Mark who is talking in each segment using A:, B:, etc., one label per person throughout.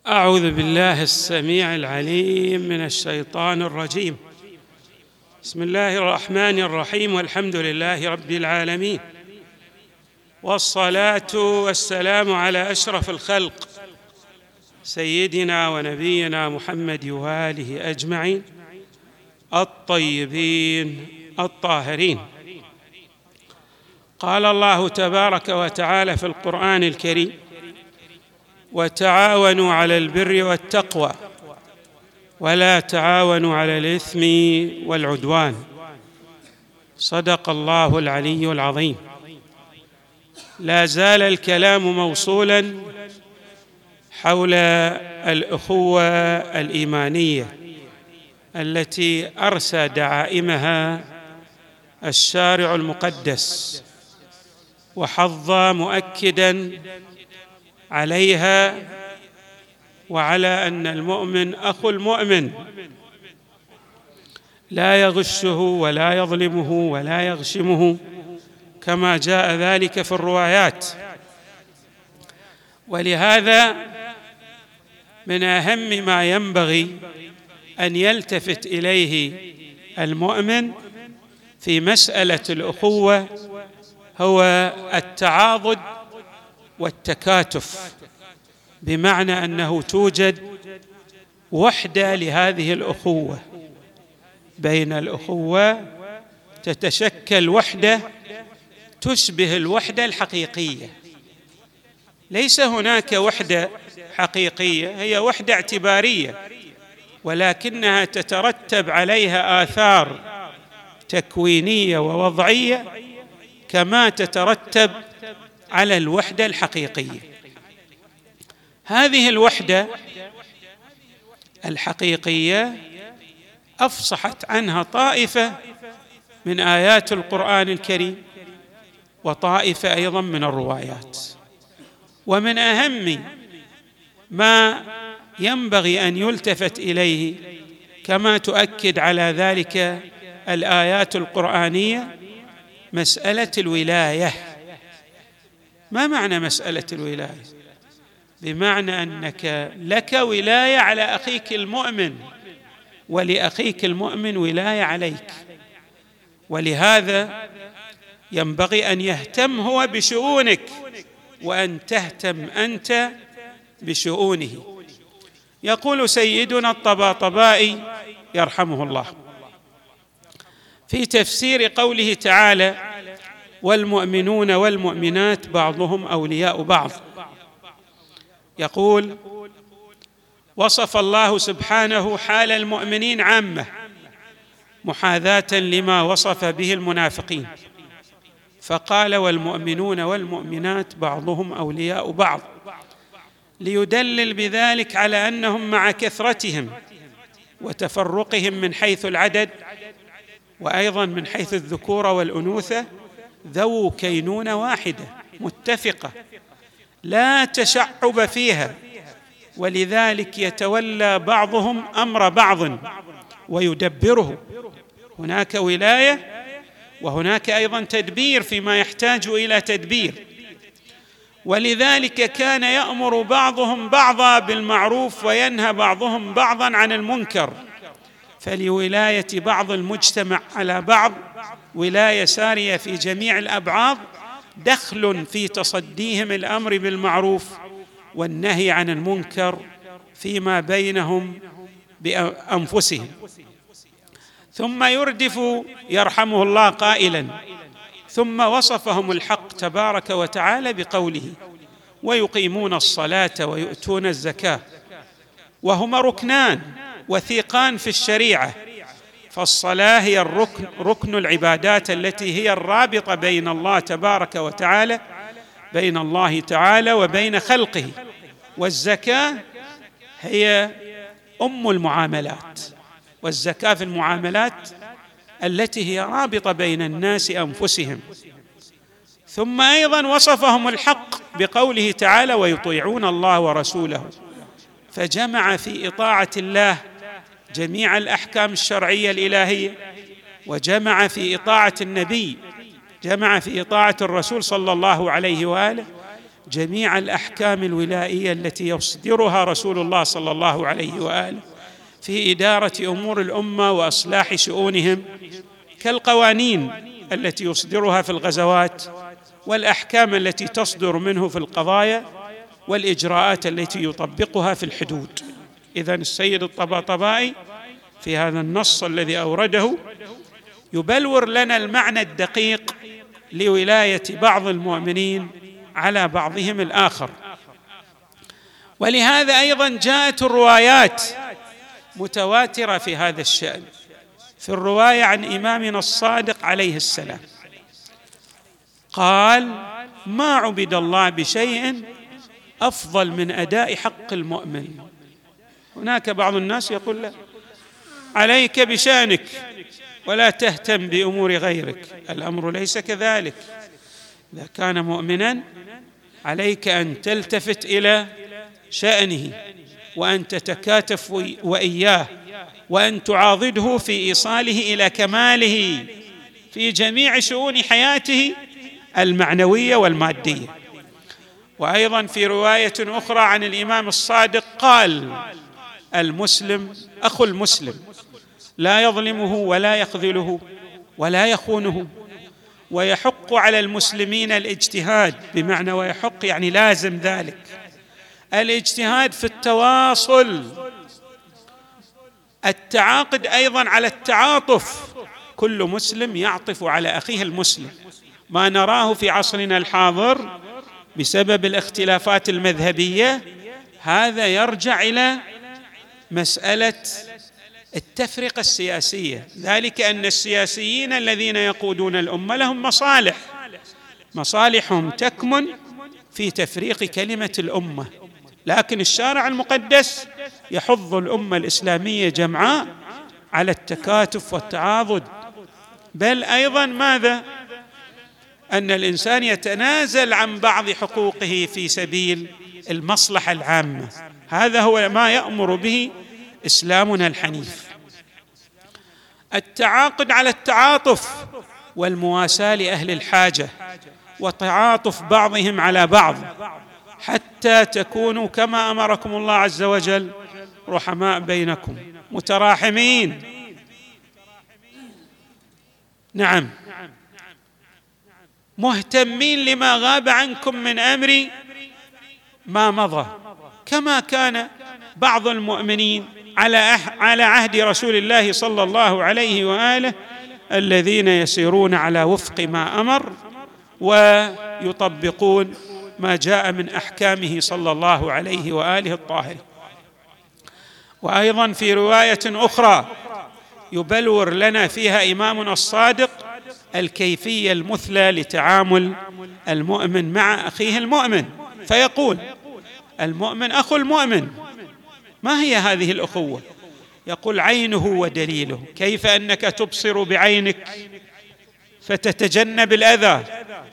A: أعوذ بالله السميع العليم من الشيطان الرجيم. بسم الله الرحمن الرحيم، والحمد لله رب العالمين، والصلاة والسلام على أشرف الخلق سيدنا ونبينا محمد وآله أجمعين الطيبين الطاهرين. قال الله تبارك وتعالى في القرآن الكريم: وتعاونوا على البر والتقوى ولا تعاونوا على الإثم والعدوان. صدق الله العلي العظيم. لا زال الكلام موصولا حول الأخوة الإيمانية التي أرسى دعائمها الشارع المقدس، وحض مؤكدا عليها وعلى أن المؤمن أخو المؤمن لا يغشه ولا يظلمه ولا يغشمه، كما جاء ذلك في الروايات. ولهذا من أهم ما ينبغي أن يلتفت إليه المؤمن في مسألة الأخوة هو التعاضد والتكاتف، بمعنى أنه توجد وحدة لهذه الأخوة. بين الأخوة تتشكل وحدة تشبه الوحدة الحقيقية. ليس هناك وحدة حقيقية، هي وحدة اعتبارية، ولكنها تترتب عليها آثار تكوينية ووضعية كما تترتب على الوحدة الحقيقية. هذه الوحدة الحقيقية أفصحت عنها طائفة من آيات القرآن الكريم، وطائفة أيضا من الروايات. ومن أهم ما ينبغي أن يلتفت إليه كما تؤكد على ذلك الآيات القرآنية مسألة الولاية. ما معنى مسألة الولاية؟ بمعنى أنك لك ولاية على أخيك المؤمن، ولأخيك المؤمن ولاية عليك. ولهذا ينبغي أن يهتم هو بشؤونك وأن تهتم أنت بشؤونه. يقول سيدنا الطباطبائي يرحمه الله في تفسير قوله تعالى: والمؤمنون والمؤمنات بعضهم أولياء بعض، يقول: وصف الله سبحانه حال المؤمنين عامة محاذاة لما وصف به المنافقين، فقال: والمؤمنون والمؤمنات بعضهم أولياء بعض، ليدلل بذلك على أنهم مع كثرتهم وتفرقهم من حيث العدد وأيضا من حيث الذكورة والأنوثة ذو كينونة واحدة متفقة لا تشعب فيها، ولذلك يتولى بعضهم أمر بعض ويدبره. هناك ولاية وهناك أيضا تدبير فيما يحتاج إلى تدبير. ولذلك كان يأمر بعضهم بعضا بالمعروف وينهى بعضهم بعضا عن المنكر. فلولاية بعض المجتمع على بعض ولاية سارية في جميع الأبعاد دخل في تصديهم الأمر بالمعروف والنهي عن المنكر فيما بينهم بأنفسهم. ثم يردف يرحمه الله قائلا: ثم وصفهم الحق تبارك وتعالى بقوله: ويقيمون الصلاة ويؤتون الزكاة، وهما ركنان وثيقان في الشريعة. فالصلاة هي ركن العبادات التي هي الرابطة بين الله تبارك وتعالى بين الله تعالى وبين خلقه، والزكاة هي أم المعاملات، والزكاة في المعاملات التي هي رابطة بين الناس أنفسهم. ثم أيضا وصفهم الحق بقوله تعالى: ويطيعون الله ورسوله، فجمع في إطاعة الله جميع الأحكام الشرعية الإلهية، وجمع في إطاعة النبي، جمع في إطاعة الرسول صلى الله عليه وآله جميع الأحكام الولائية التي يصدرها رسول الله صلى الله عليه وآله في إدارة أمور الأمة وإصلاح شؤونهم، كالقوانين التي يصدرها في الغزوات، والأحكام التي تصدر منه في القضايا، والإجراءات التي يطبقها في الحدود. إذن السيد الطباطبائي في هذا النص الذي أورده يبلور لنا المعنى الدقيق لولاية بعض المؤمنين على بعضهم الآخر. ولهذا أيضا جاءت الروايات متواترة في هذا الشأن. في الرواية عن إمامنا الصادق عليه السلام قال: ما عبد الله بشيء أفضل من أداء حق المؤمن. هناك بعض الناس يقول: لا، عليك بشأنك ولا تهتم بأمور غيرك. الأمر ليس كذلك. إذا كان مؤمنا عليك أن تلتفت إلى شأنه، وأن تتكاتف وإياه، وأن تعاضده في إيصاله إلى كماله في جميع شؤون حياته المعنوية والمادية. وأيضا في رواية أخرى عن الإمام الصادق قال: المسلم أخو المسلم، لا يظلمه ولا يخذله ولا يخونه، ويحق على المسلمين الاجتهاد. بمعنى ويحق يعني لازم ذلك، الاجتهاد في التواصل، التعاقد أيضا على التعاطف. كل مسلم يعطف على أخيه المسلم. ما نراه في عصرنا الحاضر بسبب الاختلافات المذهبية هذا يرجع إلى مسألة التفرقة السياسية، ذلك أن السياسيين الذين يقودون الأمة لهم مصالحهم تكمن في تفريق كلمة الأمة، لكن الشارع المقدس يحض الأمة الإسلامية جمعاء على التكاتف والتعاضد. بل أيضا ماذا؟ أن الإنسان يتنازل عن بعض حقوقه في سبيل المصلحة العامة. هذا هو ما يأمر به إسلامنا الحنيف. التعاقد على التعاطف والمواساة لأهل الحاجة، وتعاطف بعضهم على بعض، حتى تكونوا كما أمركم الله عز وجل رحماء بينكم متراحمين. نعم، مهتمين لما غاب عنكم من أمر ما مضى، كما كان بعض المؤمنين على عهد رسول الله صلى الله عليه وآله الذين يسيرون على وفق ما أمر ويطبقون ما جاء من أحكامه صلى الله عليه وآله الطاهر. وأيضا في رواية أخرى يبلور لنا فيها إمامنا الصادق الكيفية المثلى لتعامل المؤمن مع أخيه المؤمن، فيقول: المؤمن أخو المؤمن. ما هي هذه الأخوة؟ يقول: عينه ودليله. كيف أنك تبصر بعينك فتتجنب الأذى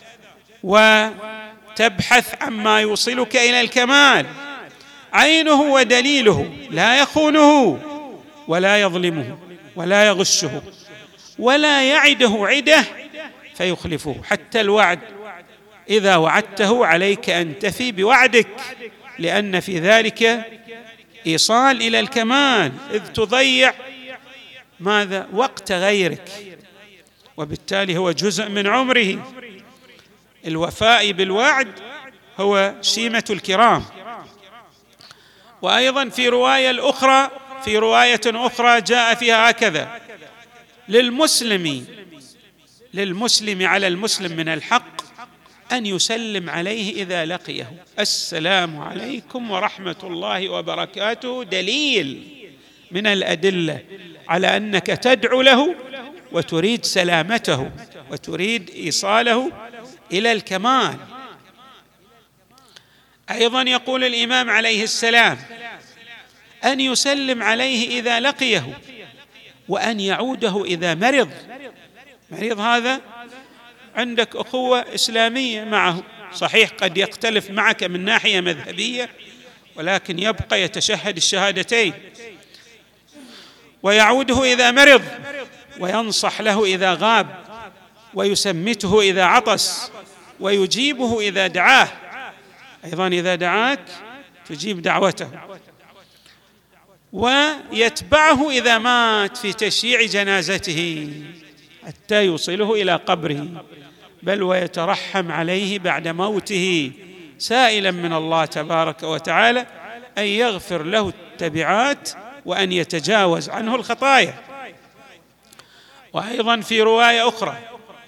A: وتبحث عما يوصلك إلى الكمال؟ عينه ودليله، لا يخونه ولا يظلمه ولا يغشه ولا يعده عده فيخلفه. حتى الوعد، إذا وعدته عليك أن تفي بوعدك، لأن في ذلك إيصال إلى الكمال، إذ تضيع ماذا؟ وقت غيرك، وبالتالي هو جزء من عمره. الوفاء بالوعد هو شيمة الكرام. وأيضا في رواية أخرى جاء فيها هكذا: للمسلم على المسلم من الحق أن يسلم عليه إذا لقيه. السلام عليكم ورحمة الله وبركاته دليل من الأدلة على أنك تدعو له وتريد سلامته وتريد إيصاله إلى الكمال. أيضا يقول الإمام عليه السلام أن يسلم عليه إذا لقيه، وأن يعوده إذا مرض. هذا عندك أخوة إسلامية معه، صحيح قد يختلف معك من ناحية مذهبية، ولكن يبقى يتشهد الشهادتين. ويعوده إذا مرض، وينصح له إذا غاب، ويسمته إذا عطس، ويجيبه إذا دعاه. أيضا إذا دعاك تجيب دعوته، ويتبعه إذا مات في تشييع جنازته حتى يوصله إلى قبره، بل ويترحم عليه بعد موته، سائلا من الله تبارك وتعالى أن يغفر له التبعات وأن يتجاوز عنه الخطايا. وأيضا في رواية أخرى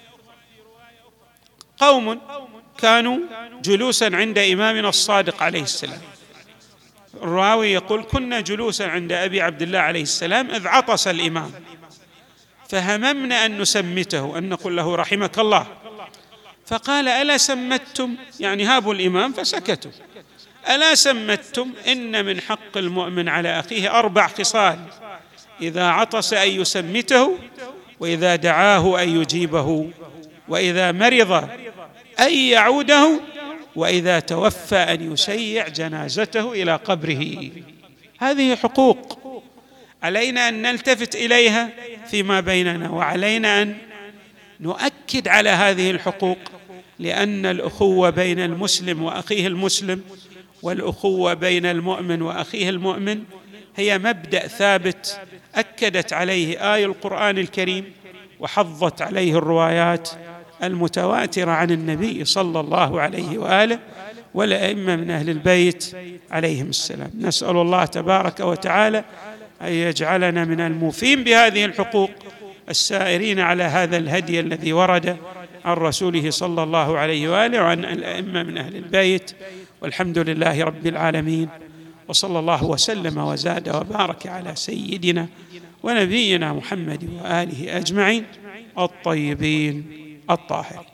A: قوم كانوا جلوسا عند إمامنا الصادق عليه السلام، الراوي يقول: كنا جلوسا عند أبي عبد الله عليه السلام إذ عطس الإمام، فهممنا أن نسمته، أن نقول له رحمك الله، فقال: ألا سمتم؟ يعني هابوا الإمام فسكتوا. ألا سمتم إن من حق المؤمن على أخيه 4 خصال: إذا عطس أن يسمته، وإذا دعاه أن يجيبه، وإذا مرض أن يعوده، وإذا توفى أن يشيع جنازته إلى قبره. هذه حقوق علينا أن نلتفت إليها فيما بيننا، وعلينا أن نؤكد على هذه الحقوق، لأن الأخوة بين المسلم وأخيه المسلم، والأخوة بين المؤمن وأخيه المؤمن، هي مبدأ ثابت أكدت عليه آية القرآن الكريم، وحضت عليه الروايات المتواترة عن النبي صلى الله عليه وآله والأئمة من أهل البيت عليهم السلام. نسأل الله تبارك وتعالى أن يجعلنا من الموفين بهذه الحقوق، السائرين على هذا الهدي الذي ورد عن رسوله صلى الله عليه وآله وعن الأئمة من أهل البيت، والحمد لله رب العالمين، وصلى الله وسلم وزاد وبارك على سيدنا ونبينا محمد وآله أجمعين الطيبين الطاهرين.